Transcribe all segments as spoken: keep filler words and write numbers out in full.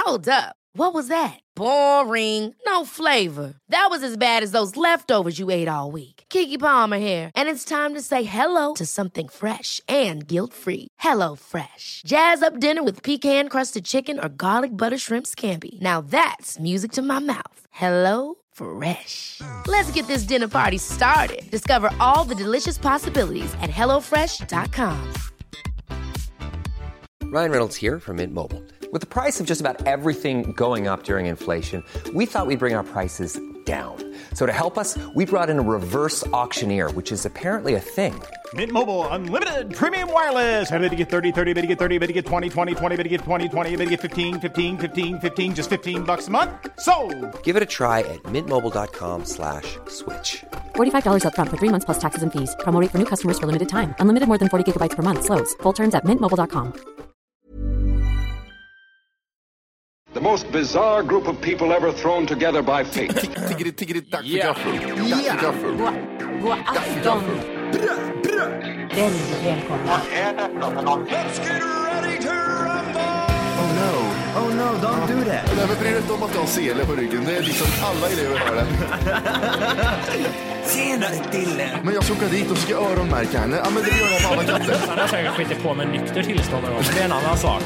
Hold up. What was that? Boring. No flavor. That was as bad as those leftovers you ate all week. Keke Palmer here, and it's time to say hello to something fresh and guilt-free. Hello Fresh. Jazz up dinner with pecan-crusted chicken or garlic butter shrimp scampi. Now that's music to my mouth. Hello Fresh. Let's get this dinner party started. Discover all the delicious possibilities at hello fresh dot com. Ryan Reynolds here from Mint Mobile. With the price of just about everything going up during inflation, we thought we'd bring our prices down. So to help us, we brought in a reverse auctioneer, which is apparently a thing. Mint Mobile Unlimited Premium Wireless. How to get thirty, thirty, how to get thirty, how to get twenty, twenty, twenty, how to get twenty, twenty, how to get fifteen, fifteen, fifteen, fifteen, just fifteen bucks a month? Sold! Give it a try at mintmobile.com slash switch. forty-five dollars up front for three months plus taxes and fees. Promo rate for new customers for limited time. Unlimited more than forty gigabytes per month. Slows full terms at mint mobile dot com. The most bizarre group of people ever thrown together by fate. Tiggeri, tiggeri, dack för gaffel. Dack för gaffel. God afton. Väldigt välkomna. Let's get ready to rumble! Oh no. Oh no, don't do that. Nej, men bry dig inte om att du har sele på ryggen. Det är liksom alla elever har det. Senare Dille. Men jag ska åka dit och ska öronmärka henne. Ja, men det gör jag med alla katter. Han har säkert skitit på med nykter tillstånd någon gång, men det är en annan sak.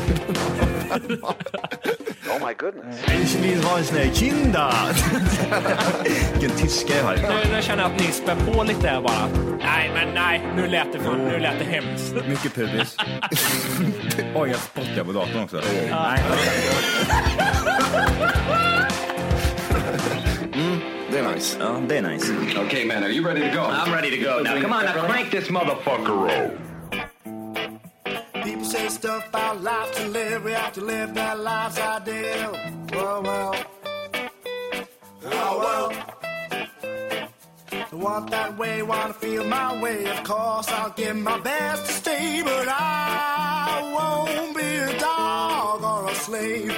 Oh my goodness. Ich vill ha en sån här kinda. Vilken tyska jag har. Nu, nu känner jag att ni spär på lite här bara. Nej, men nej. Nu lät det, för, nu lät det hemskt. Mycket pubis. Oj, jag spottar på datorn också. Ja. Nej. Mm, det är nice. Ja, det är nice. Okay, man, are you ready to go? I'm ready to go now. Come on, now crank this motherfucker up. People say stuff about life to live. We have to live that life's ideal. Well, well. Oh, well. I want that way, want to feel my way. Of course, I'll give my best to stay, but I won't be a dog or a slave.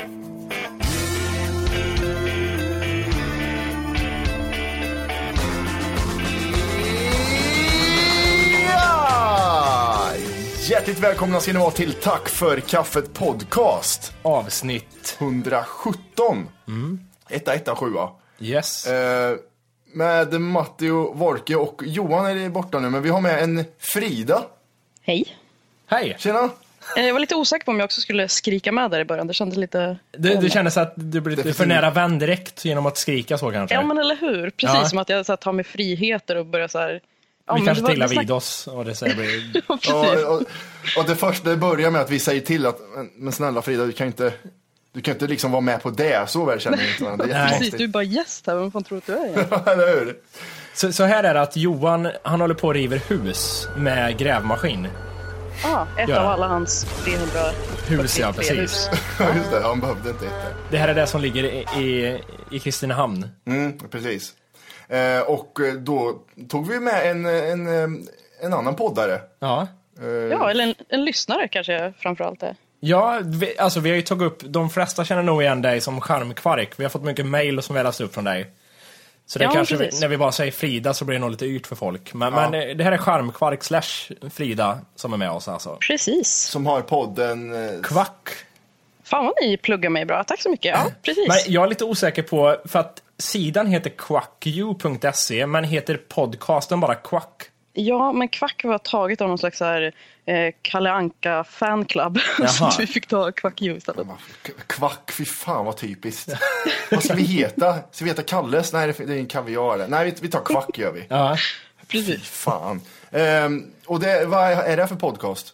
Hjärtligt välkomna ska ni vara till Tack för kaffet podcast. Avsnitt hundrasjutton. Mm. Etta, etta, sjua. Yes. Eh, med Matteo, Vorke och Johan är borta nu. Men vi har med en Frida. Hej. Hej. Tjena. Jag var lite osäker på om jag också skulle skrika med där i början. Det kändes lite... Det, det kändes att du blev lite för nära vän direkt genom att skrika så kanske. Ja, men eller hur? Precis ja. Som att jag så här, tar mig friheter och börjar så här... Ja, vi kanske tillar snack... vid oss och det säger ja, och, och, och det första det börjar med att vi säger till att men snälla Frida, du kan inte du kan inte liksom vara med på det, så väl känner jag inte. Det är precis, du är bara gäst här, vem fan tror du att du är? Ja, eller hur? Så, så här är det att Johan, han håller på att river hus med grävmaskin. Ja, ah, ett ja. av alla hans trehundra hus, ja precis. Hus. Just det, han behövde inte ett. Det här är det som ligger i, i, i Kristinehamn. Mm, precis. Eh, och då tog vi med en, en, en annan poddare. Ja, eh. ja eller en, en lyssnare kanske framförallt är. Ja, vi, alltså vi har ju tagit upp, de flesta känner nog igen dig som Charmkvark. Vi har fått mycket mejl som vi har läst upp från dig. Så det ja, kanske, vi, när vi bara säger Frida så blir det nog lite yrt för folk. Men, ja. men det här är Charmkvark slash Frida som är med oss alltså. Precis. Som har podden... Eh... Kvack. Fan vad ni pluggar mig bra, tack så mycket. Ja, precis. Men jag är lite osäker på, för att sidan heter quacku punkt se, men heter podcasten bara Quack? Ja, men Quack var taget av någon slags så här, eh, Kalle Anka fanclub. Så vi fick ta Quack U istället. Kvack, fy fan vad typiskt. Vad ska vi heta? Ska vi heta Kalles? Nej, det är en kaviar. Nej, vi tar Quack gör vi. Ja, precis. Fy fan. Um, och det, vad är det för podcast?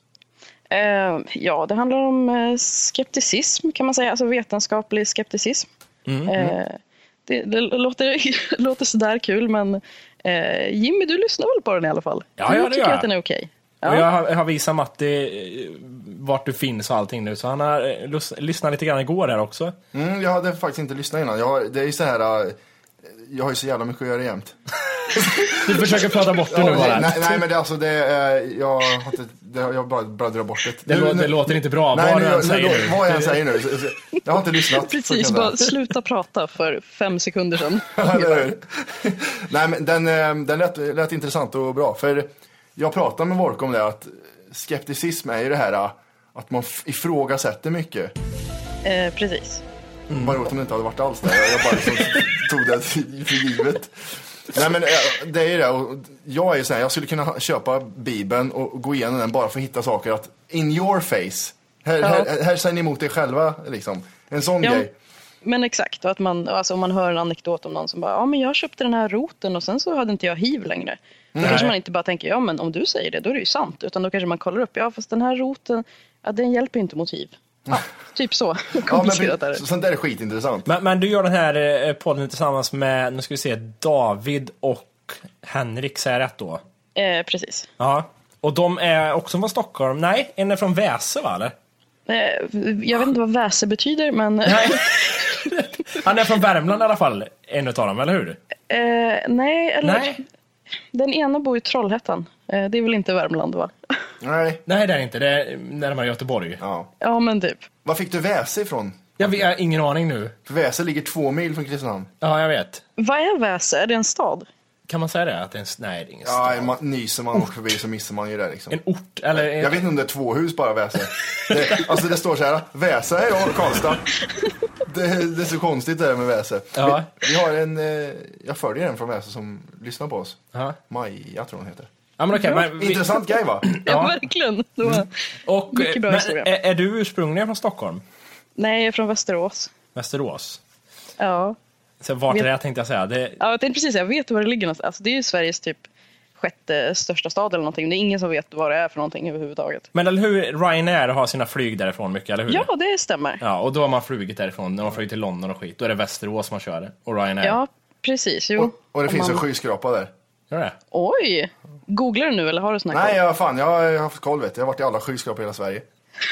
Uh, ja, det handlar om uh, skepticism kan man säga. Alltså vetenskaplig skepticism. Mm, uh, mm. Det, det låter, låter sådär kul, men eh, Jimmy, du lyssnar väl på den i alla fall? Ja, ja det tycker gör. Att den är okej. Ja. Och jag har, jag har visat Matti vart du finns och allting nu, så han har lus, lyssnat lite grann igår här också. Mm, jag hade faktiskt inte lyssnat innan. Jag har, det är ju så här, jag har ju så jävla mycket att göra jämt. Du försöker prata bort det nu bara. Nej, nej, men det, alltså, det, jag har inte, det, jag bara, bara drar bort det. Det, nu, låter, nu, det låter inte bra, nej, vad nu, du än nu, säger nu. Vad jag än säger nu. Jag har inte lyssnat. Precis, bara sluta prata för fem sekunder sedan. Nej, men den, den lät, lät intressant och bra. För jag pratade med Vork om det, att skepticism är ju det här att man ifrågasätter mycket. Eh, precis. Mm. Bara att hon inte hade varit alls där. Jag bara liksom tog det för givet. Nej men det är ju det. Och jag är ju så här, jag skulle kunna köpa Bibeln och gå igenom den bara för att hitta saker att in your face. Här, ja. här, här säger ni emot er själva liksom. En sån ja. grej. Men exakt, och att man, alltså om man hör en anekdot om någon som bara, ja men jag köpte den här roten och sen så hade inte jag hiv längre. Då Nej. kanske man inte bara tänker, ja men om du säger det, då är det ju sant. Utan då kanske man kollar upp, ja fast den här roten, ja den hjälper inte mot hiv. Ja, typ så. Komplicerat ja, men, så, sånt där är skitintressant. Men, men du gör den här podden tillsammans med, nu ska vi se, David och Henrik, säger jag rätt då? Eh, precis. Ja, och de är också från Stockholm. Nej, en är från Väse va, eller? Eh, jag vet inte vad Väse betyder, men... Nej. Han är från Värmland i alla fall, en av dem, eller hur? Eh, nej, eller... Nej. Den ena bor i Trollhättan. Eh, det är väl inte Värmland, va? Nej. Nej, det är inte. Det är närmare Göteborg. Ja. Ja, men typ. Var fick du Väse ifrån? Jag har ingen aning nu. För Väse ligger två mil från Kristinehamn. Ja, jag vet. Vad är Väse? Är det en stad? Kan man säga det? Att det är en... Nej, det är ingen stad. Ja, man, nyser man och förbi så missar man ju det liksom. En ort, eller... Jag vet inte om det är två hus bara, Väse. Det, alltså det står så här, Väse är jag, Karlstad. Det, det är så konstigt det där med Väse. Ja. Vi, vi har en, eh, jag följer en från Väse som lyssnar på oss. Ja. Maja tror hon heter. Ja, men okay, men vi... Intressant grej va? Ja, ja verkligen. Det var mm. och, mycket bra men, historia. Är, är du ursprungligen från Stockholm? Nej, jag är från Västerås. Västerås? Ja. Så vart vet... är det jag tänkte jag säga? Det... Ja, jag tänkte precis, jag vet var det ligger någonstans. Alltså, det är ju Sveriges typ sjätte största stad eller någonting. Det är ingen som vet vad det är för någonting överhuvudtaget. Men eller hur, Ryanair har sina flyg därifrån mycket, eller hur? Ja, det stämmer. Ja, och då har man flugit därifrån. När man flyger till London och skit, då är det Västerås man kör det. Och Ryanair. Ja, precis. Jo. Och, och det Om finns man... en skyskrapa där. Gör det? Oj! Googlar du nu eller har du såna här? Nej, jag, fan, jag har haft koll vet. Jag har varit i alla skyskrapor i hela Sverige.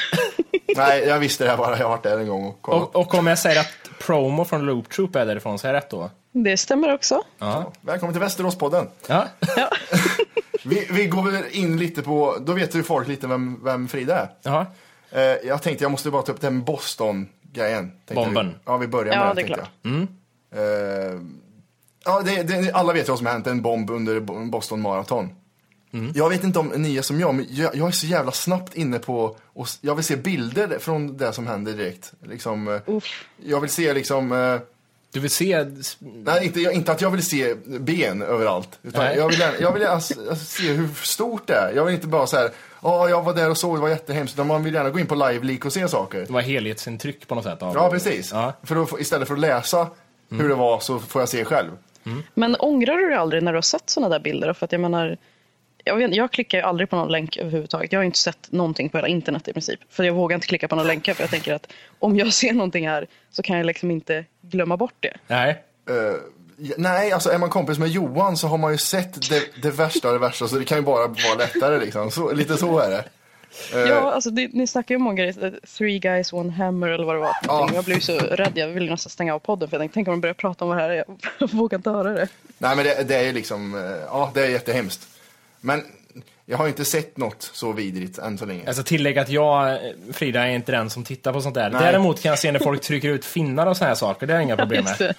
Nej, jag visste det här bara. Jag har varit där en gång och kollat. Och, och om jag säger att Promo från Loop Troop är därifrån, så är det rätt då? Det stämmer också. Ja. Välkommen till Västeråspodden. Ja. Ja. vi, vi går väl in lite på, då vet ju folk lite vem, vem Frida är. Jaha. Eh, jag tänkte jag måste bara ta upp den Boston-grejen. Bomben. Vi. Ja, vi börjar med ja, det, det är tänkte klart. jag. Mm. Eh, ja, det, det, alla vet ju vad som har hänt. En bomb under Boston Marathon. Mm. Jag vet inte om ni är som jag, men jag, jag är så jävla snabbt inne på, och jag vill se bilder från det som händer direkt. Liksom, Uff. jag vill se liksom... Eh, Du vill se... Nej, inte, inte att jag vill se ben överallt. Utan jag vill, jag vill alltså, alltså se hur stort det är. Jag vill inte bara så här, ja, jag var där och såg, det var jättehemskt. Utan man vill gärna gå in på live-leak och se saker. Det var helhetsintryck på något sätt. Av ja, precis. Ja. För då, istället för att läsa mm. hur det var så får jag se själv. Mm. Men ångrar du dig aldrig när du har sett sådana där bilder? För att jag menar... Jag, vet, jag klickar ju aldrig på någon länk överhuvudtaget. Jag har inte sett någonting på hela internet i princip. För jag vågar inte klicka på någon länkar. För jag tänker att om jag ser någonting här så kan jag liksom inte glömma bort det. Nej. Uh, nej, alltså är man kompis med Johan så har man ju sett det, det värsta av det värsta. Så det kan ju bara vara lättare liksom. Så, lite så är det. Uh, ja, alltså det, ni snackar ju om många grejer. Three guys, one hammer eller vad det var. Ja. Jag blev så rädd. Jag ville nästan stänga av podden. För jag tänkte, tänk om man börjar prata om det här. Jag, jag vågar inte höra det. Nej, men det, det är ju liksom... Uh, ja, det är jättehemskt. Men... Jag har inte sett något så vidrigt än så länge. Alltså tillägga att jag, Frida, är inte den som tittar på sånt där. Nej. Däremot kan jag se när folk trycker ut finnar och såna här saker. Det är inga problem med.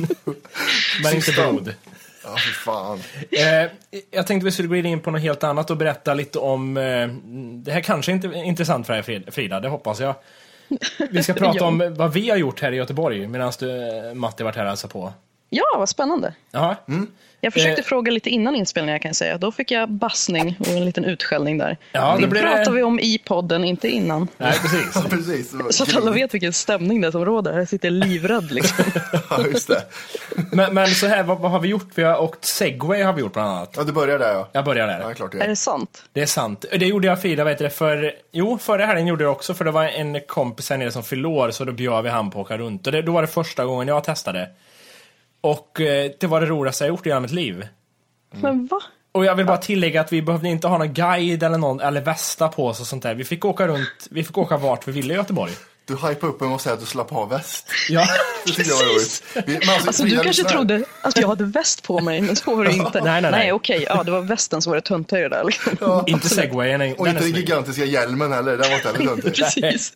Men inte blod. Ja, för fan. Eh, jag tänkte vi skulle gå in på något helt annat och berätta lite om... Eh, det här kanske inte är intressant för dig, Frida, det hoppas jag. Vi ska prata ja. om vad vi har gjort här i Göteborg medan du, Matti, varit här och hälsade på. Ja, vad spännande. Jaha. Mm. Jag försökte eh. fråga lite innan inspelningen kan jag säga. Då fick jag bassning och en liten utskällning där. Ja, det blir pratar det... vi om i podden, inte innan. Nej, precis. Ja, precis. Så att alla vet vilken stämning det är som råder. Jag sitter livrädd liksom. Ja, just det. men, men så här, vad, vad har vi gjort? Vi har åkt Segway har vi gjort bland annat. Ja, du börjar där ja. Jag börjar där. Ja, klart det är. Är det sant? Det är sant. Det gjorde jag, Frida, vet du, för... Jo, förra helgen gjorde jag också, för det var en kompis här nere som fyllde år, så då bjöd vi han på att åka runt. Och det, då var det första gången jag testade. Och eh, det var det roligaste jag gjort i hela mitt liv. Mm. Men va? Och jag vill bara tillägga att vi behövde inte ha någon guide eller någon eller västa på oss och sånt där. Vi fick åka runt, vi fick åka vart vi ville i Göteborg. Du hypade upp en och säga att du slapp ha väst. Ja, det tycker jag var roligt. Vi, alltså, alltså du kanske trodde att jag hade väst på mig, men så var det inte. nej, nej, nej. Nej, okej. Okay. Ja, det var västen som var det töntöjre där. Liksom. Ja. Inte Segwayen. Och inte den gigantiska hjälmen heller. Den var inte heller töntöjre. Precis.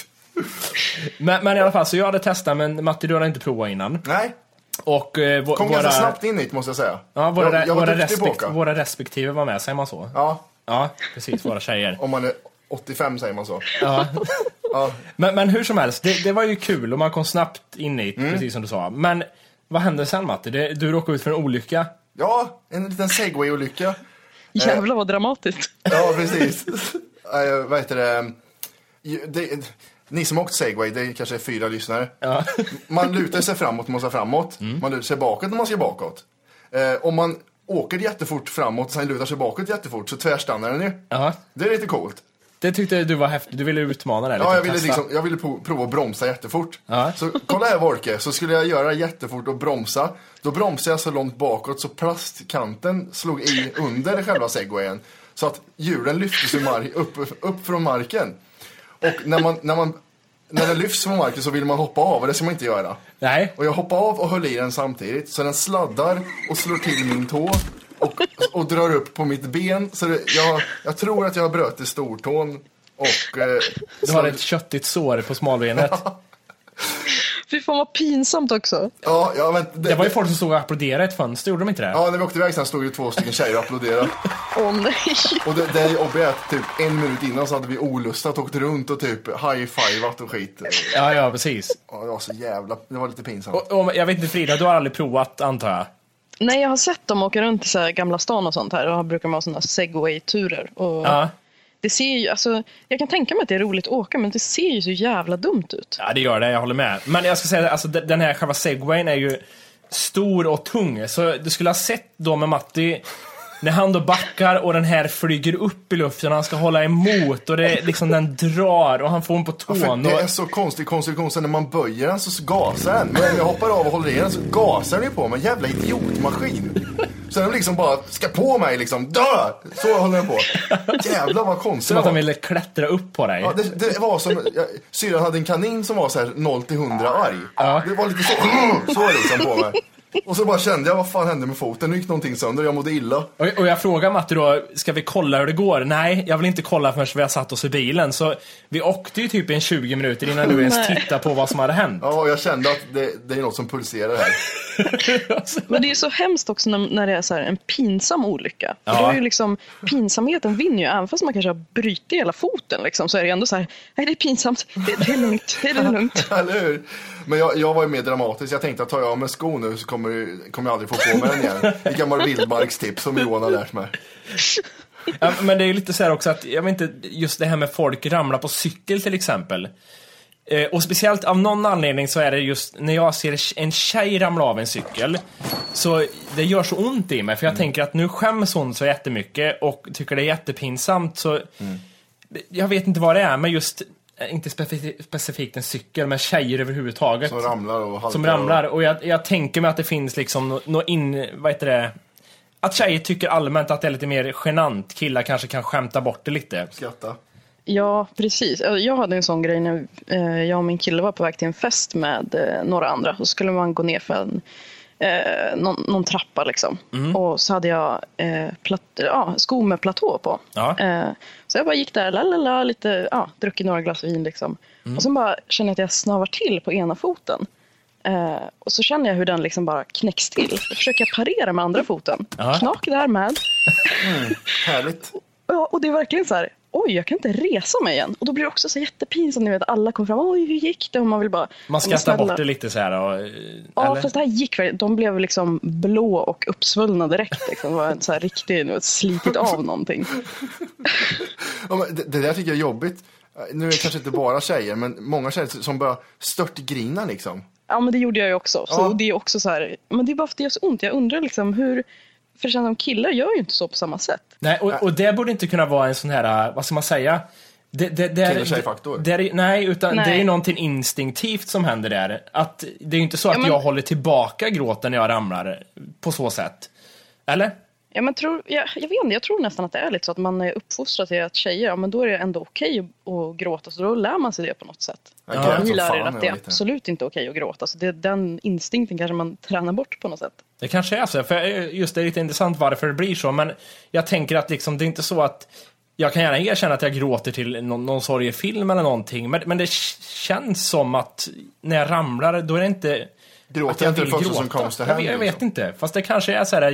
men, men i alla fall, så jag hade testat, men Matti, du hade inte provat innan. Nej. Och, eh, v- kom våra... ganska snabbt in hit, måste jag säga. Ja, våra, jag, jag våra, respekt- våra respektive var med, säger man så? Ja. Ja, precis, våra tjejer. Om man är åttiofem säger man så. Ja. Ja. Men, men hur som helst, det, det var ju kul och man kom snabbt in i det, mm. precis som du sa. Men vad hände sen, Matti? Det, du råkade ut för en olycka. Ja, en liten segway-olycka. Jävlar vad dramatiskt. Ja, precis. äh, vad heter det? det? Ni som åkt segway, det är kanske fyra lyssnare. Ja. Man lutar sig framåt när man ska framåt. Mm. Man lutar sig bakåt när man ska bakåt. Eh, om man åker jättefort framåt och sen lutar sig bakåt jättefort så tvärstannar den ju. Uh-huh. Det är lite coolt. Det tyckte du var häftigt. Du ville utmana det. Ja, jag ville, liksom, jag ville prova att bromsa jättefort. Uh-huh. Så kolla här, Volke. Så skulle jag göra jättefort och bromsa. Då bromsade jag så långt bakåt så plastkanten slog i under själva segwayen. Så att hjulen lyftes mar- upp, upp från marken. Och när man, när man när den lyfts från marken så vill man hoppa av, och det ska man inte göra. Nej. Och jag hoppar av och höll i den samtidigt. Så den sladdar och slår till min tå och, och drar upp på mitt ben. Så det, jag, jag tror att jag har brutit stortån. Och, eh, du har ett köttigt sår på smalbenet. Fy fan vad pinsamt också. Ja, ja, men det, det var ju folk som stod och applåderade ett fönster, gjorde de inte det? Ja, när vi åkte iväg sen stod ju två stycken tjejer och applåderade. Åh oh, nej. Och det, det är jobbigt att typ en minut innan så hade vi olustat, åkt runt och typ high-fivat och skit. Ja, ja, precis. Ja, det var så jävla, det var lite pinsamt. Och, och jag vet inte, Frida, du har aldrig provat, antar jag? Nej, jag har sett dem åka runt i så här gamla stan och sånt här, och brukar ha sådana segway-turer. Och... Ja. Det ser ju, alltså, jag kan tänka mig att det är roligt att åka, men det ser ju så jävla dumt ut. Ja, det gör det, jag håller med. Men jag ska säga, alltså, den här själva segwayen är ju stor och tung. Så du skulle ha sett då med Matti, när han då backar och den här flyger upp i luften och han ska hålla emot och det liksom den drar och han får den på tån. Ja, det är så konstig konstruktion, så när man böjer den så gasar den. Men om jag hoppar av och håller i den så gasar den ju på med en jävla idiotmaskin. Så den liksom bara ska på mig liksom, dö! Så håller den på. Jävlar vad konstigt. Som att han ville klättra upp på dig. Ja, det, det var som, jag, syrran hade en kanin som var så här noll till hundra arg. Ja. Det var lite så, så liksom på mig. Och så bara kände jag, vad fan hände med foten? Nu gick någonting sönder, jag mådde illa. Och, och jag frågar Matti då, ska vi kolla hur det går? Nej, jag vill inte kolla förrän vi har satt oss i bilen. Så vi åkte ju typ en tjugo minuter innan du ens tittade på vad som hade hänt. Ja, och jag kände att det, det är något som pulserar här. Men det är så hemskt också när, när det är så här en pinsam olycka. För Ja. då är ju liksom, pinsamheten vinner ju, även fast man kanske har brutit hela foten liksom, så är det ändå så här, nej det är pinsamt, det, det är lugnt, det är lugnt. Eller hur? Men jag, jag var ju mer dramatisk. Jag tänkte att tar jag av med skon nu så kommer, kommer jag aldrig få på mig den igen. Det kan vara vildmarkstips som Johan har lärt mig. Ja, men det är ju lite så här också att, jag vet inte, just det här med folk ramlar på cykel till exempel. Eh, och speciellt av någon anledning så är det just när jag ser en tjej ramla av en cykel, så det gör så ont i mig. För jag mm. tänker att nu skäms hon så jättemycket och tycker det är jättepinsamt. Så mm. jag vet inte vad det är, men just inte specifikt, specifikt en cykel, men tjejer överhuvudtaget som ramlar och halkar. Som ramlar. Och jag, jag tänker mig att det finns liksom något no in, vad heter det, att tjejer tycker allmänt att det är lite mer genant. Killar kanske kan skämta bort det lite. Skratta. Ja, precis. Jag hade en sån grej när jag och min kille var på väg till en fest med några andra. Så skulle man gå ner för en, eh, någon, någon trappa liksom. Mm. Och så hade jag eh, platt, ja, sko med platå på. Ja. Eh, så jag bara gick där, lalala, lite, ja, druckit några glas vin liksom. Mm. Och sen bara känner jag att jag snavar till på ena foten. Eh, och så känner jag hur den liksom bara knäcks till. Då försöker jag parera med andra foten. Ja. Knak där med. Mm, härligt. Ja, och det är verkligen så här, oj, jag kan inte resa mig igen. Och då blir det också så jättepinsamt, ni vet, alla kommer fram, oj, hur gick det? Och man vill bara... Man skrattar bort det lite så här. Och, ja, fast det här gick väl, de blev liksom blå och uppsvullna direkt. Liksom. Det var en så här riktigt, slitit av någonting. Ja, men det, det där tycker jag är jobbigt. Nu är det kanske inte bara tjejer, men många tjejer som bara störtgrina liksom. Ja, men det gjorde jag ju också. Så Ja. det är också så här, men det är bara för att det gör så ont. Jag undrar liksom hur... För sen, de killar gör ju inte så på samma sätt. Nej, och, och det borde inte kunna vara en sån här, vad ska man säga? Det, det, det är, Kille-tjej-faktor. det är, nej, utan Nej. det är någonting instinktivt som händer där. Att det är ju inte så att Ja, men- jag håller tillbaka gråten när jag ramlar på så sätt. Eller? Ja, men tror, jag, jag vet inte, jag tror nästan att det är lite så att man är uppfostrad till att tjejer, ja men då är det ändå okej att, att gråta, så då lär man sig det på något sätt. Jag Ja, grät vi som lär fan er när att jag det är var liten. absolut inte okej att gråta, så det, den instinkten kanske man tränar bort på något sätt. Det kanske är så, för just det är lite intressant varför det blir så, men jag tänker att liksom, det är inte så att jag kan gärna erkänna att jag gråter till någon, någon sorgefilm eller någonting, men, men det känns som att när jag ramlar, då är det inte... Gråter jag inte det första som kommer till jag, hem, jag vet liksom. inte, fast det kanske är så här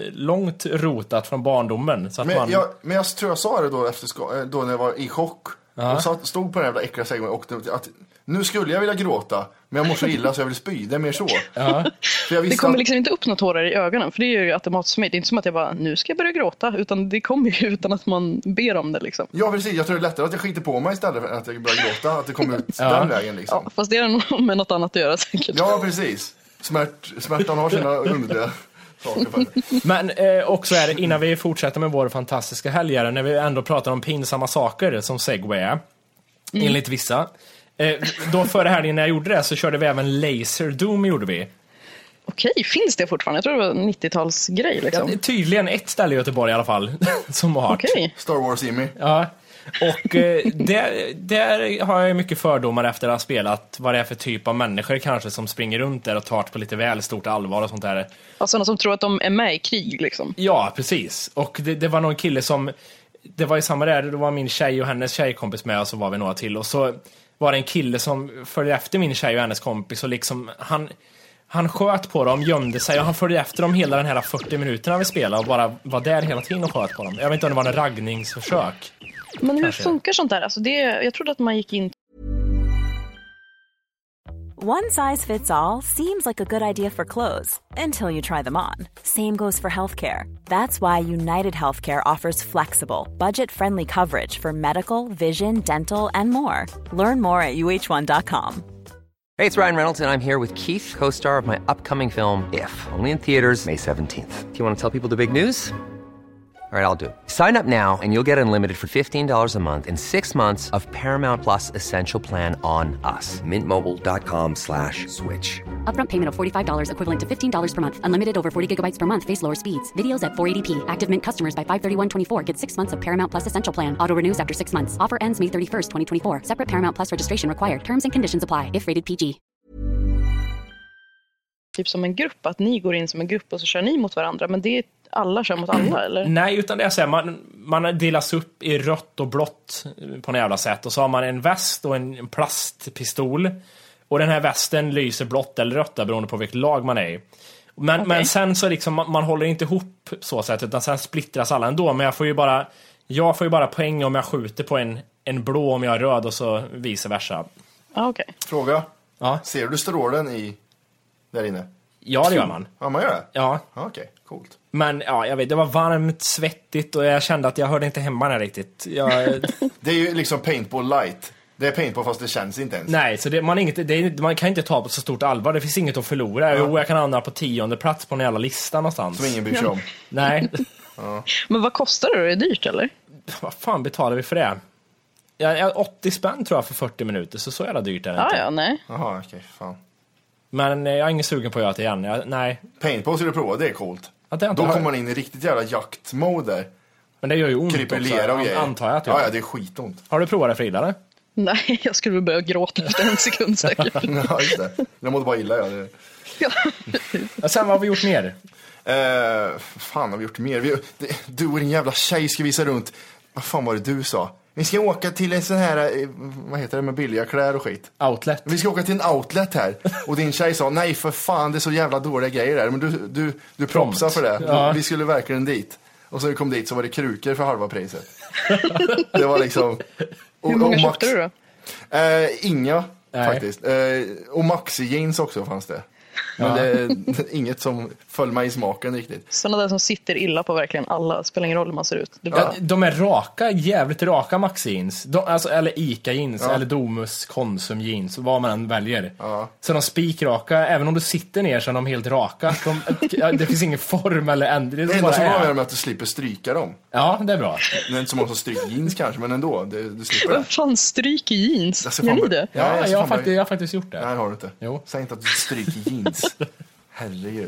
jättelångt rotat från barndomen. Så att Men, man... jag, men jag tror jag sa det då, efter, sko- då när jag var i chock. Ja. Och satt, stod på den jävla äckliga segway och åkte, att nu skulle jag vilja gråta, men jag mår så illa så jag vill spy. Det är mer så. Ja. För jag det kommer att... liksom inte upp något tårar i ögonen, för det är ju automatiskt för mig. Det är inte som att jag bara, nu ska jag börja gråta, utan det kommer ju utan att man ber om det liksom. Ja, precis. Jag tror det är lättare att jag skiter på mig istället för att jag börjar gråta, att det kommer ut ja. den vägen liksom. Ja, fast det är nog med något annat att göra säkert. Ja, precis. Smärt, smärtan har sina underliga saker för det. Men eh, också är det, innan vi fortsätter med vår fantastiska helgare, när vi ändå pratar om pinsamma saker som segway är, mm. enligt vissa. Eh, då före helgen när jag gjorde det så körde vi även Laser Doom gjorde vi. Okej, finns det fortfarande? Jag tror det var nittiotalsgrej liksom. Ja, tydligen ett ställe i Göteborg i alla fall som har. Okej. Star Wars Jimmy. Ja. Och eh, där, där har jag mycket fördomar efter att ha spelat vad det är för typ av människor kanske som springer runt där och tar på lite väl stort allvar och sånt där. Ja, sådana som tror att de är med i krig liksom. Ja, precis. Och det, det var någon kille som, det var i samma där, det var min tjej och hennes tjejkompis med och så var vi några till. Och så var det en kille som följde efter min tjej och hennes kompis och liksom, han... Han sköt på dem, gömde sig och han följde efter dem hela den här fyrtio minuterna vi spelade och bara var där hela tiden och sköt på dem. Jag vet inte om det var en raggningsförsök. Men hur kanske. Funkar sånt där? Alltså det, jag trodde att man gick in... One size fits all seems like a good idea for clothes until you try them on. Same goes for healthcare. That's why United Healthcare offers flexible, budget-friendly coverage for medical, vision, dental, and more. Learn more at U H one dot com. Hey, it's Ryan Reynolds, and I'm here with Keith, co-star of my upcoming film, If, only in theaters May seventeenth. Do you want to tell people the big news? All right, I'll do it. Sign up now and you'll get unlimited for fifteen dollars a month and six months of Paramount Plus Essential Plan on us. Mint Mobile dot com slash switch. Upfront payment of forty-five dollars equivalent to fifteen dollars per month. Unlimited over forty gigabytes per month. Face lower speeds. Videos at four eighty p. Active Mint customers by five thirty-one twenty-four get six months of Paramount Plus Essential Plan. Auto renews after six months. Offer ends May thirty-first, twenty twenty-four. Separate Paramount Plus registration required. Terms and conditions apply if rated P G. Typ som en grupp, att ni går in som en grupp och så kör ni mot varandra, men det är alla kör mot alla, eller? Nej, utan det är så här, man, man delas upp i rött och blått på något jävla sätt och så har man en väst och en plastpistol och den här västen lyser blått eller rött beroende på vilket lag man är i. Men, okay. men sen så liksom, man, man håller inte ihop så sätt utan sen splittras alla ändå, men jag får ju bara jag får ju bara poäng om jag skjuter på en, en blå om jag är röd och så vice versa. Ah, okay. Fråga, ja. Ser du strålen i där inne? Ja, det gör man. Ja, man gör det? Ja. Okej, okay, coolt. Men ja, jag vet, det var varmt, svettigt och jag kände att jag hörde inte hemma där riktigt. Jag... Det är ju liksom paintball light. Det är paintball fast det känns inte ens. Nej, så det, man, inget, det är, man kan inte ta på så stort allvar. Det finns inget att förlora. Ja. Jo, jag kan hamna på tionde plats på en jävla lista någonstans. Som ingen bryr sig om. Nej. Ja. Men vad kostar det? Är det dyrt eller? Vad fan betalar vi för det? Ja, åttio spänn tror jag för fyrtio minuter. Så så jävla dyrt är det ah, inte. Ja, nej. Jaha, okej, okay, fan. Men jag är ingen sugen på att göra det igen. Jag, nej. Paintball ska du prova, det är coolt. Ja, det är då kommer man in i riktigt jävla jaktmode där. Men det gör ju ont Kryper också. Lera och grejer. Antar jag att jag... Ja, ja, det är skitont. Har du provat det, Frida? Eller? Nej, jag skulle börja gråta efter en sekund säkert. Ja, just det. Jag mådde bara illa, ja. Det... ja. Och sen vad har vi gjort mer? Eh, fan har vi gjort mer? Vi, det, du och din jävla tjej ska visa runt. Vad fan var det du sa? Vi ska åka till en sån här, vad heter det, med billiga kläder och skit. Outlet. Vi ska åka till en outlet här. Och din tjej sa, nej för fan, det är så jävla dåliga grejer där. Men du, du, du propsar för det. Ja. Vi skulle verkligen dit. Och så när vi kom dit så var det krukor för halva priset. Det var liksom... Och, Hur många köpte du då? Eh, inga, nej. faktiskt. Eh, och maxi jeans också fanns det. Men ja. det är inget som föll mig i smaken riktigt. Sådana där som sitter illa på verkligen alla. Spelar ingen roll hur man ser ut. Det ja, ja. De är raka, jävligt raka Maxi jeans. De, alltså, eller Ica jeans, ja. Eller Domus Konsum jeans. Vad man än väljer. Ja. Så de spikraka, även om du sitter ner så är de helt raka. De, det finns ingen form eller ändring. Det enda som är med att du slipper stryka dem. Ja, det är bra. Det är inte så många som stryker jeans kanske, men ändå. Det, du slipper det. Vad fan stryker jeans? Gör ni det? Ja, jag, jag, har faktiskt, jag har faktiskt gjort det. Nej, har du inte. Jo. Säg inte att du stryker jeans. Herregud.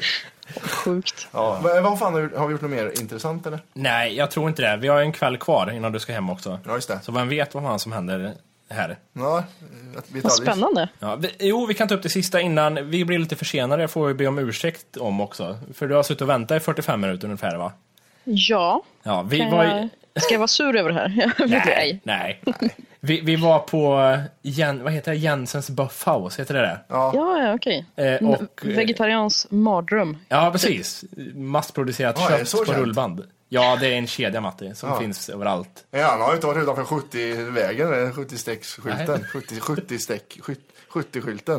Sjukt. Ja. Men vad fan, har vi gjort något mer intressant eller? Nej, jag tror inte det. Vi har en kväll kvar innan du ska hem också. Ja, just det. Så vem vet vad fan som händer här. Ja, vet vad spännande. Ja, vi, jo, vi kan ta upp det sista innan. Vi blir lite försenade, får vi be om ursäkt om också. För du har suttit och väntat i fyrtiofem minuter ungefär, va? Ja. Ja, vi kan var jag... Ska jag vara sur över det här? nej, nej, nej. Vi, vi var på Jen, vad heter det? Jensens Buffhouse, heter det det? Ja, ja okej. Eh, och Vegetarians mardröm. Ja, precis. Massproducerat ja, kött på rullband. Ja, det är en kedja, Matti, som Ja. finns överallt. Ja, han har ju inte varit utanför sjuttio-vägen, sjuttio-strecksskylten. sjuttio-streck, sjuttio-skylten.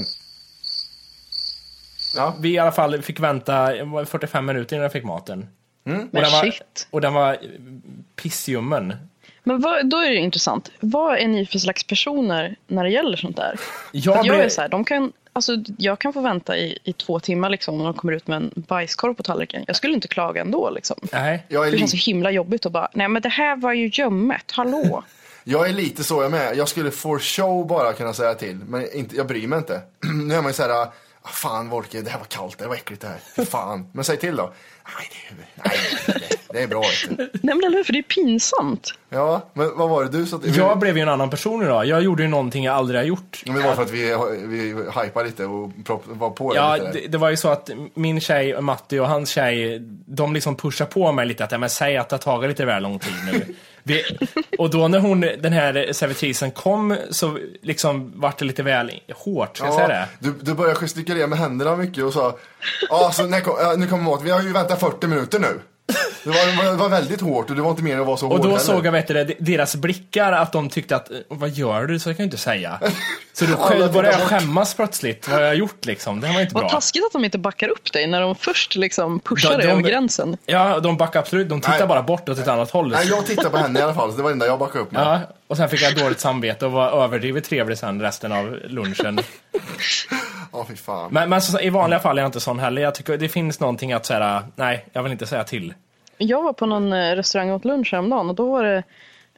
Ja. Vi i alla fall fick vänta fyrtiofem minuter innan jag fick maten. Mm. Och, Men den var, shit. och den var pissljummen. Men vad, då är det intressant. Vad är ni för slags personer när det gäller sånt där? Jag, jag blev... är så här, de kan, alltså, jag kan få vänta i, i två timmar liksom, när de kommer ut med en bajskorv på tallriken. Jag skulle inte klaga ändå. Liksom. Nej. Jag är det känns li- så himla jobbigt att bara, nej men det här var ju gömmet, hallå. Jag är lite så jag med. Jag skulle for show bara kunna säga till. Men inte, jag bryr mig inte. Nu är man ju så här, ah, fan Volke, det här var kallt, det var äckligt det här. Fy fan. Men säg till då. Nej, det, nej, det, det är bra. Inte. Nej men eller hur, för det är pinsamt. Ja, men vad var det du sa? Jag blev ju en annan person idag. Jag gjorde ju någonting jag aldrig har gjort. Men det var för att vi, vi hypade lite och var på det ja, lite. Det, det var ju så att min tjej, Matti och hans tjej, de liksom pushar på mig lite att ja, men säg att det har tagit lite väl lång tid nu. Vi, och då när hon, den här servitrisen kom så liksom vart det lite väl hårt, ska jag ja, säga det? Du, du började gestikulera med händerna mycket och sa ja, så när kom, nu kommer mat, vi har ju väntat fyrtio minuter nu. Det var, det var väldigt hårt och det var inte mer att vara så hårt. Och då heller. såg jag, vet du, deras blickar att de tyckte att, vad gör du? Så jag kan ju inte säga. Så då Alla började jag bort. skämmas plötsligt. Vad jag har gjort liksom. Det var inte Vad bra. taskigt att de inte backar upp dig när de först liksom pushar De- dig de- över gränsen. Ja, de backar absolut. De tittar Nej. bara bort åt ett annat håll. Nej, jag tittade på henne i alla fall, så det var det enda jag backade upp med. Ja, och sen fick jag dåligt samvete och var överdrivet trevlig sen resten av lunchen. Ja, fy fan. Men, men så, i vanliga fall är jag inte sån heller. Jag tycker det finns någonting att säga, nej, jag vill inte säga till. Jag var på någon eh, restaurang åt lunch häromdagen och då var det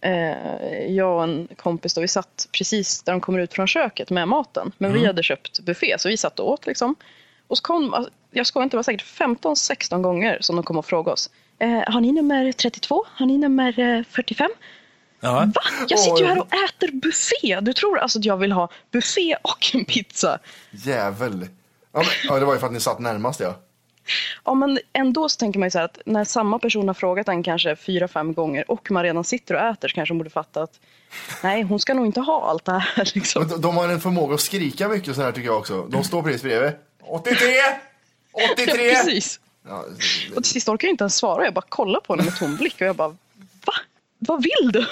eh, jag och en kompis då, vi satt precis där de kommer ut från köket med maten. Men Mm. vi hade köpt buffé så vi satt och åt liksom. Och så kom, alltså, jag ska inte vara säkert femton sexton gånger som de kom och frågade oss. Eh, har ni nummer trettiotvå? Har ni nummer eh, fyrtiofem? Ja. Va? Jag sitter ju Oj. här och äter buffé. Du tror alltså att jag vill ha buffé och en pizza? Jävel. Ja, men, ja, det var ju för att ni satt närmast, ja. Ja, men ändå så tänker man ju så här att när samma person har frågat en kanske fyra, fem gånger och man redan sitter och äter så kanske man borde fatta att nej, hon ska nog inte ha allt det här liksom. Men de, de har en förmåga att skrika mycket så här tycker jag också. De står precis bredvid. åttiotre! åttiotre! Ja, precis. Ja, Och till sist orkar jag inte ens svara. Jag bara kollar på henne med tom blick och jag bara, va? Vad vill du?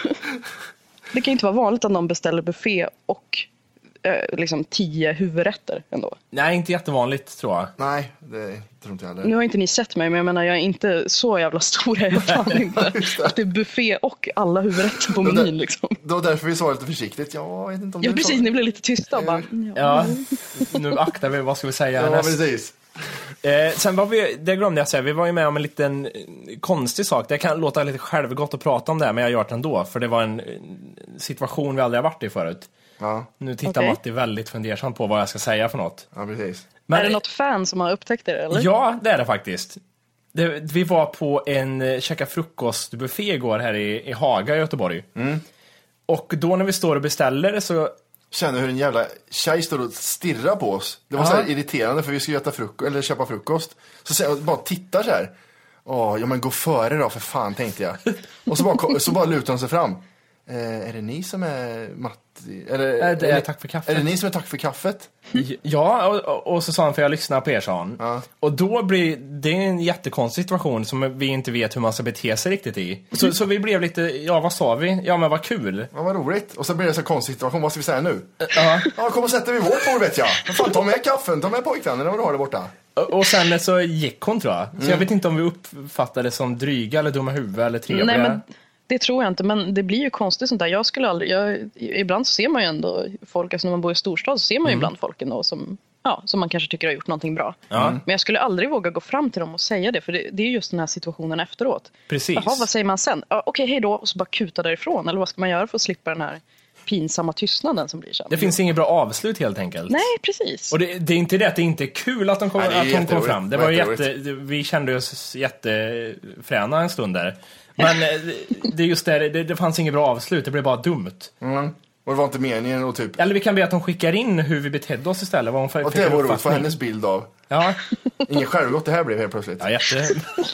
Det kan ju inte vara vanligt att någon beställer buffé och eh, liksom tio huvudrätter ändå. Nej, inte jättevanligt tror jag. nej, det tror inte jag heller. Nu har inte ni sett mig, men jag menar jag är inte så jävla stor. Jag fan inte att det är buffé och alla huvudrätter på Det- menyn liksom. Det var därför vi sa lite försiktigt. Jag vet inte om Ja, du precis. sa- Ni blev lite tysta och bara, Ja, nu aktar vi, vad ska vi säga Ja, härnäst? precis. Eh, sen var vi, det glömde jag säga, vi var ju med om en liten eh, konstig sak. Det kan låta lite självgott att prata om det, men jag gör det ändå. För det var en eh, situation vi aldrig har varit i förut. Ja, Nu tittar Okej. Matti väldigt fundersam på vad jag ska säga för något. ja, precis. Men, är det något fan som har upptäckt det eller? Ja, det är det faktiskt. Det, vi var på en eh, käka frukostbuffé igår här i, i Haga i Göteborg. Mm. Och då när vi står och beställer så... Känner hur en jävla tjej står och stirrar på oss. Det var Ja. så här irriterande för vi skulle äta frukost, eller köpa frukost. Så säger jag, bara tittar så här. Åh, ja men gå före då för fan, tänkte jag. Och så bara, så bara lutar hon sig fram. Eh, är det ni som är Matti? Eller, Nej, det är ni- tack för kaffet. Är det ni som är tack för kaffet? Ja, och, och- och så sa han, för jag lyssnar på er, sa han. Ja. Och då blir det en jättekonstig situation som vi inte vet hur man ska bete sig riktigt i. Så, så vi blev lite, ja vad sa vi? Ja men vad kul. Ja, vad roligt. Och så blir det så konstig situation, vad ska vi säga nu? Ja. Ja, kom och sätt dig vid vårt bord vet jag. Men fan, ta med kaffen, ta med pojkvännen vad du har där borta. Och, och sen så gick hon, tror jag. Så jag vet inte om vi uppfattade det som dryga eller dumma huvud eller trevliga. Nej, men det tror jag inte, men det blir ju konstigt sånt där. Jag skulle aldrig, jag, ibland så ser man ju ändå folk, alltså när man bor i storstad så ser man ju ibland folk ändå som, ja, som man kanske tycker har gjort någonting bra. Ja. Men jag skulle aldrig våga gå fram till dem och säga det, för det, det är just den här situationen efteråt. Precis. Jaha, vad säger man sen? Ja, okej, hej då, och så bara kuta därifrån. Eller vad ska man göra för att slippa den här pinsamma tystnaden som blir sen? Det finns inget bra avslut helt enkelt. Nej, precis. Och det, det är inte det att det inte är kul att, de kom, Nej, det är att hon kom jätteroligt. fram. Det var ju Jätteroligt. jätte, vi kände oss jättefräna en stund där. Men eh, det är just det, det, det fanns inget bra avslut. Det blev bara dumt. Mm. Och det var inte meningen och typ. Eller vi kan be att hon skickar in hur vi betedde oss istället. Vad hon för, Och fick det för var roligt, få uppfattning. hennes bild av. Ja, Ingen självgott det här blev helt plötsligt. ja jätte...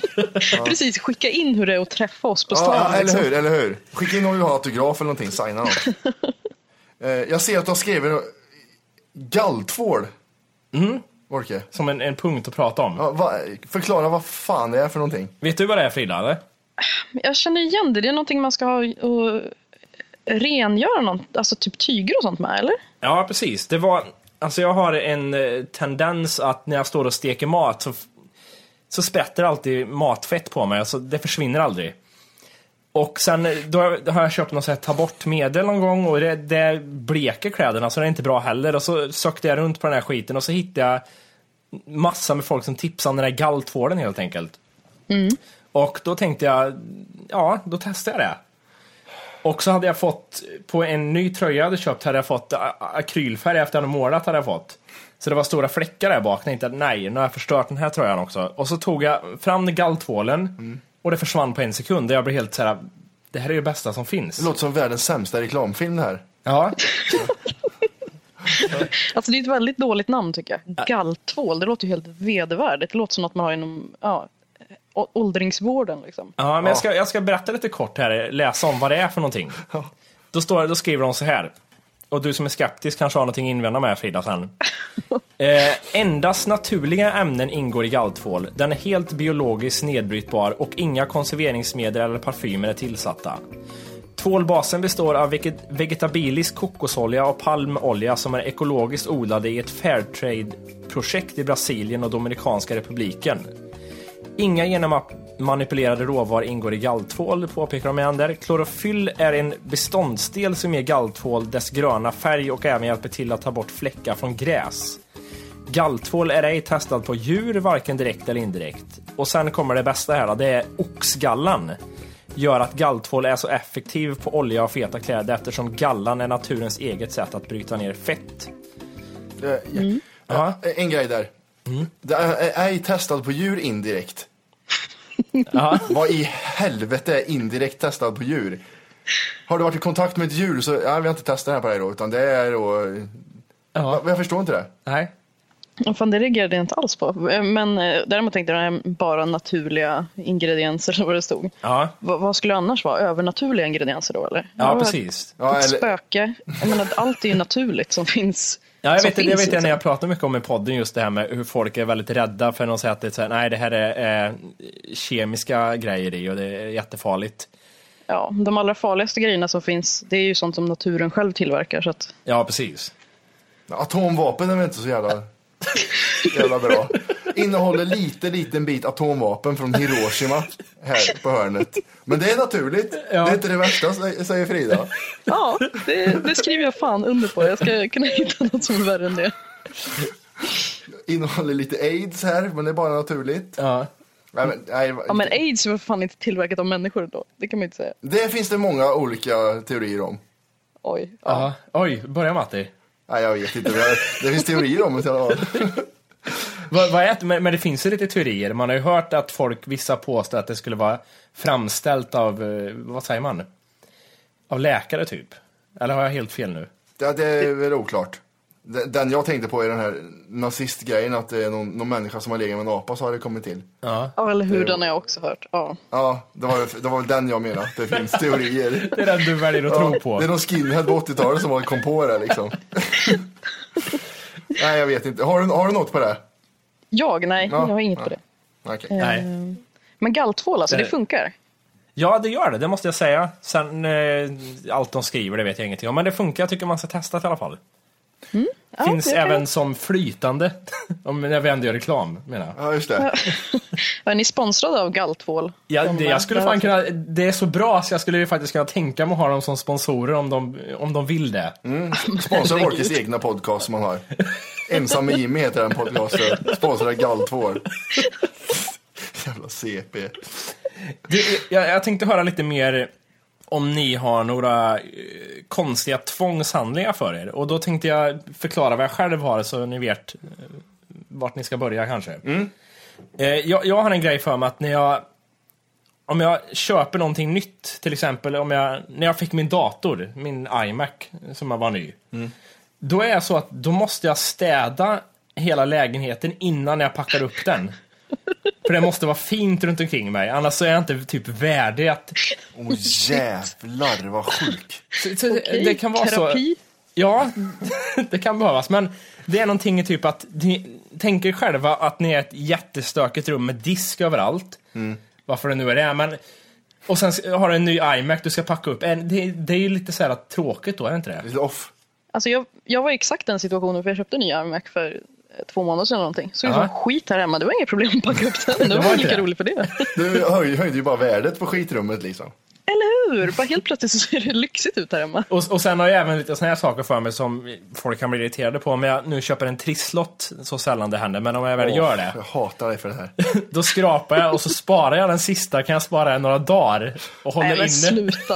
Precis, skicka in hur det är att träffa oss på stan. Ja, eller liksom. hur, eller hur. Skicka in om du vill ha autograf eller någonting, signa något. eh, jag ser att du har skrivit galltvål. Mm. Orke. Som en, en punkt att prata om. Ja, va, förklara vad fan det är för någonting. Vet du vad det är, Frida, eller? Jag känner igen det. Det är någonting man ska ha och rengöra något, alltså typ tyger och sånt med, eller? Ja, precis. Det var, alltså jag har en eh, tendens att när jag står och steker mat så, så sprätter alltid matfett på mig. Alltså det försvinner aldrig. Och sen då, då har jag köpt något så här ta bort medel någon gång och det, det bleker kläderna så det är inte bra heller. Och så sökte jag runt på den här skiten och så hittade jag massa med folk som tipsade om den här galltvålen helt enkelt. Mm. Och då tänkte jag, ja, då testar jag det. Och så hade jag fått, på en ny tröja jag hade köpt, hade jag fått akrylfärg efter att jag hade målat hade jag fått. Så det var stora fläckar där bak. Jag tänkte, nej, nu har jag förstört den här tröjan också. Och så tog jag fram den galltvålen mm. och det försvann på en sekund. Jag blev helt så här, det här är det bästa som finns. Det låter som världens sämsta reklamfilm det här. Ja. Alltså det är ett väldigt dåligt namn tycker jag. Galltvål, det låter ju helt vedervärdigt. Det låter som att man har inom ja, åldringsvården liksom. Ja, men jag ska, jag ska berätta lite kort här, läsa om vad det är för någonting. Då, står, då skriver de så här. Och du som är skeptisk kanske har någonting att invända med, Frida, sen. eh, endast naturliga ämnen ingår i galltvål. Den är helt biologiskt nedbrytbar och inga konserveringsmedel eller parfymer är tillsatta. Tvålbasen består av vegetabilisk kokosolja och palmolja som är ekologiskt odlade i ett Fairtrade-projekt i Brasilien och Dominikanska republiken. Inga genmanipulerade råvaror ingår i galltvål, påpekar de ändå. Klorofyll är en beståndsdel som ger galltvål dess gröna färg och även hjälper till att ta bort fläckar från gräs. Galltvål är ej testad på djur, varken direkt eller indirekt. Och sen kommer det bästa här, det är oxgallan. Gör att galltvål är så effektiv på olja och feta kläder eftersom gallan är naturens eget sätt att bryta ner fett. Mm. Ja, en grej där. Mm. Det är ej testad på djur indirekt. Vad i helvete är indirekt testad på djur? Har du varit i kontakt med ett djur så, ja, vi har inte testat det här på dig då, utan det är då... Ja. Jag förstår inte det. Nej. Fan, det reagerade jag inte alls på. Men däremot tänkte jag bara naturliga ingredienser eller vad det stod. Ja. V- vad skulle annars vara? Övernaturliga ingredienser då, eller? Ja, precis. Ja, eller... Spöke. Jag menar, allt är ju naturligt som finns. Ja, jag vet, finns, jag vet liksom. när jag pratar mycket om i podden just det här med hur folk är väldigt rädda för att säga att det är så här, nej, det här är eh, kemiska grejer i och det är jättefarligt. Ja, de allra farligaste grejerna som finns, det är ju sånt som naturen själv tillverkar. Så att... Ja, precis. Atomvapen är väl inte så jävla, jävla bra. Innehåller lite liten bit atomvapen från Hiroshima här på hörnet. Men det är naturligt. Ja. Det är inte det värsta, säger Frida. Ja, det, det skriver jag fan under på. Jag ska kunna hitta något som är värre än det. Innehåller lite AIDS här, men det är bara naturligt. Ja. Nej, men, nej, ja, men AIDS är fan inte tillverkat av människor då. Det kan man inte säga. Det finns det många olika teorier om. Oj. Ja. Oj, börja Matti. Nej, jag vet inte. Det finns teorier om det. vad, vad är, men, men det finns ju lite teorier. Man har ju hört att folk, vissa påstår att det skulle vara framställt av, vad säger man? Av läkare typ. Eller har jag helt fel nu? Det, det är väl oklart. Den jag tänkte på är den här nazistgrejen, att det är någon, någon människa som har legat med en apa så har det kommit till. Ja, ja eller hur, den har jag också hört. Ja, ja det, var, det var väl den jag menade. Det finns teorier. Det är den du väljer att ja, tro på. Det är någon skinhead på åttiotalet som var kom på det liksom. Nej, jag vet inte. Har du, har du något på det? Jag? Nej, ja. jag har inget ja. på det. Okay. Eh, Nej. Men galltvål, alltså, det... det funkar? Ja, det gör det, det måste jag säga. Sen eh, allt de skriver, det vet jag ingenting om. Men det funkar, jag tycker man ska testa det i alla fall. Mm. Ja, finns det även det. Som flytande. Om när vi ändå gör reklam, menar jag. Ja, just det. Är ni sponsrade av galltvål? Ja, det, jag skulle fan kunna, det är så bra så jag skulle ju faktiskt kunna tänka mig att ha dem som sponsorer om de, om de vill det. Mm. Sponsor Orkes egna podcast som man har. Ensam med Jimmy heter den podcasten. Sponsor av galltvål. Jävla C P. Du, jag, jag tänkte höra lite mer om ni har några eh, konstiga tvångshandlingar för er. Och då tänkte jag förklara vad jag själv har så ni vet eh, vart ni ska börja kanske. Mm. Eh, jag, jag har en grej för mig att när jag om jag köper någonting nytt, till exempel om jag, när jag fick min dator, min iMac som var ny. Mm. Då är jag så att då måste jag städa hela lägenheten innan jag packar upp den. För det måste vara fint runt omkring mig. Annars så är jag inte typ värdig att... Åh oh, jävlar, vad sjuk. Så, så okay. Det kan vara terapi. Så... Ja, det kan behövas. Men det är någonting i typ att... Ni tänker själva att ni är ett jättestökigt rum med disk överallt. Mm. Varför det nu är det. Men Och sen har du en ny iMac du ska packa upp. Det, det är ju lite så här tråkigt då, är det inte det? Lite off. Alltså jag, jag var i exakt den situationen för jag köpte en ny iMac för två månader sedan eller någonting. Så det var skit här hemma. Det var inget problem att packa upp den. Det var, var lika roligt för det. Du höjde, höjde ju bara värdet på skitrummet liksom. Eller hur? Bara helt plötsligt så ser det lyxigt ut här hemma. Och, och sen har jag även lite såna här saker för mig som folk kan bli irriterade på. Om jag nu köper en trisslott, så sällan det händer. Men om jag väl oh, gör det. Jag hatar dig för det här. Då skrapar jag och så sparar jag den sista. Kan jag spara några dagar och håller Nej, men inne. Sluta.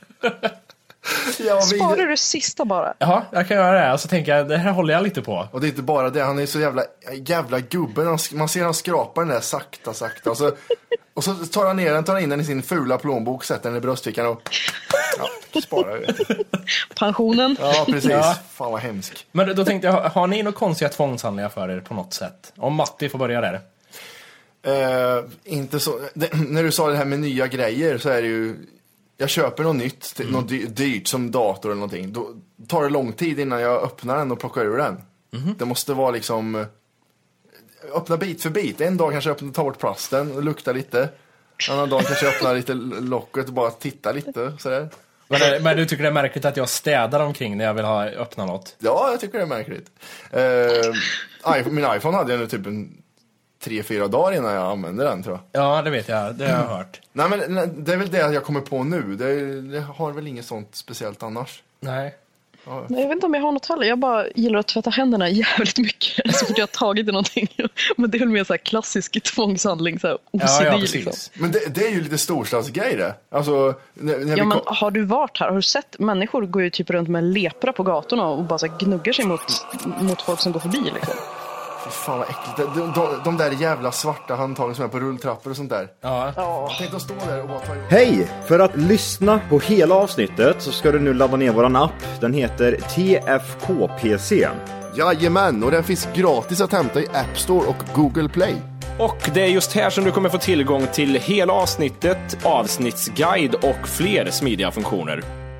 Sparar du sista bara? Ja, jag kan göra det. Och så tänker jag, det här håller jag lite på. Och det är inte bara det, han är så jävla jävla gubben. Man ser han skrapar den där sakta, sakta. Och så, och så tar han ner den, tar in den i sin fula plånbok, sätter den i bröstfickan och ja, sparar det. Pensionen. Ja, precis. Ja. Fan vad hemskt. Men då tänkte jag, har ni några konstiga tvångshandlingar för er på något sätt? Om Matti får börja där. Uh, inte så. Det, när du sa det här med nya grejer så är det ju... Jag köper något nytt, mm. något dyrt som dator eller någonting. Då tar det lång tid innan jag öppnar den och plockar ur den. Mm. Det måste vara liksom... Öppna bit för bit. En dag kanske jag öppnar, tar bort plasten och luktar lite. En annan dag kanske jag öppnar lite locket och bara tittar lite. Sådär. Men, men du tycker det är märkligt att jag städar omkring när jag vill ha öppna något? Ja, jag tycker det är märkligt. Uh, min iPhone hade jag nu typ en... tre, fyra dagar innan jag använder den, tror jag. Ja, det vet jag. Det har jag hört. Nej, men nej, det är väl det jag kommer på nu. Det, det har väl inget sånt speciellt annars. Nej. Ja. Nej, jag vet inte om jag har något heller. Jag bara gillar att tvätta händerna jävligt mycket. Så fort jag har tagit i någonting. Men det är väl mer så här klassisk tvångshandling. Så här O C D, ja, ja, liksom. Men det, det är ju lite storstadsgrej det. Alltså, när, när ja, vi men kom... har du varit här? Har du sett människor gå ju typ runt med lepra på gatorna och bara så här gnuggar sig mot, mot folk som går förbi, liksom? Fan vad äckligt. De, de, de där jävla svarta handtagen som är på rulltrappor och sånt där. Ja. Jag tänkte att stå där och bara ta... Hej! För att lyssna på hela avsnittet så ska du nu ladda ner våran app. Den heter T F K P C. Jajamän, och den finns gratis att hämta i App Store och Google Play. Och det är just här som du kommer få tillgång till hela avsnittet, avsnittsguide och fler smidiga funktioner.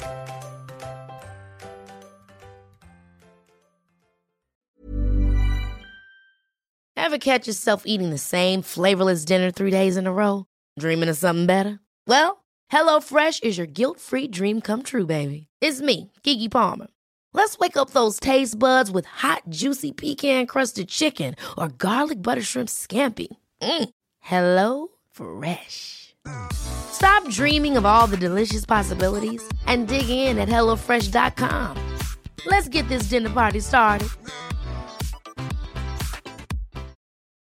Ever catch yourself eating the same flavorless dinner three days in a row? Dreaming of something better? Well, HelloFresh is your guilt-free dream come true, baby. It's me, Keke Palmer. Let's wake up those taste buds with hot, juicy pecan-crusted chicken or garlic butter shrimp scampi. Mm. Hello Fresh. Stop dreaming of all the delicious possibilities and dig in at hello fresh dot com. Let's get this dinner party started.